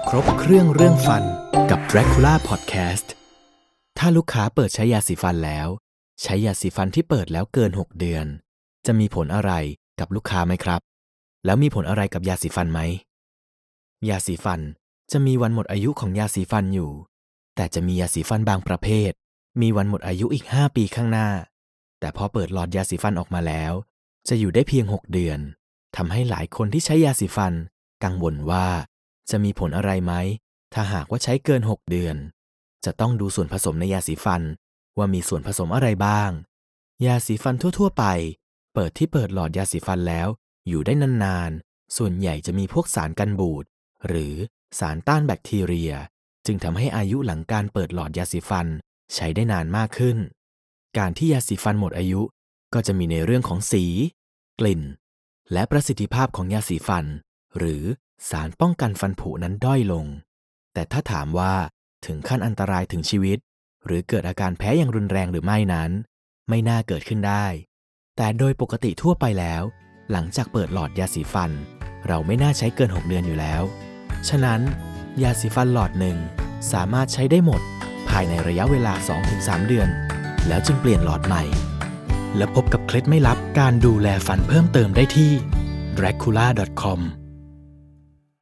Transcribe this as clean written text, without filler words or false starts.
ครบเครื่องเรื่องฟันกับ Dracula Podcast ถ้าลูกค้าเปิดใช้ยาสีฟันแล้วใช้ยาสีฟันที่เปิดแล้วเกิน6 เดือนจะมีผลอะไรกับลูกค้าไหมครับแล้วมีผลอะไรกับยาสีฟันไหมยาสีฟันจะมีวันหมดอายุของยาสีฟันอยู่แต่จะมียาสีฟันบางประเภทมีวันหมดอายุอีก5 ปีข้างหน้าแต่พอเปิดหลอดยาสีฟันออกมาแล้วจะอยู่ได้เพียง6 เดือนทำให้หลายคนที่ใช้ยาสีฟันกังวลว่าจะมีผลอะไรไหมถ้าหากว่าใช้เกิน6 เดือนจะต้องดูส่วนผสมในยาสีฟันว่ามีส่วนผสมอะไรบ้างยาสีฟันทั่วๆไปเปิดหลอดยาสีฟันแล้วอยู่ได้นานๆส่วนใหญ่จะมีพวกสารกันบูดหรือสารต้านแบคทีเรียจึงทำให้อายุหลังการเปิดหลอดยาสีฟันใช้ได้นานมากขึ้นการที่ยาสีฟันหมดอายุก็จะมีในเรื่องของสีกลิ่นและประสิทธิภาพของยาสีฟันหรือสารป้องกันฟันผุนั้นด้อยลงแต่ถ้าถามว่าถึงขั้นอันตรายถึงชีวิตหรือเกิดอาการแพ้อย่างรุนแรงหรือไม่นั้นไม่น่าเกิดขึ้นได้แต่โดยปกติทั่วไปแล้วหลังจากเปิดหลอดยาสีฟันเราไม่น่าใช้เกิน6 เดือนอยู่แล้วฉะนั้นยาสีฟันหลอดหนึ่งสามารถใช้ได้หมดภายในระยะเวลา 2-3 เดือนแล้วจึงเปลี่ยนหลอดใหม่และพบกับเคล็ดไม่ลับการดูแลฟันเพิ่มเติมได้ที่ dracula.com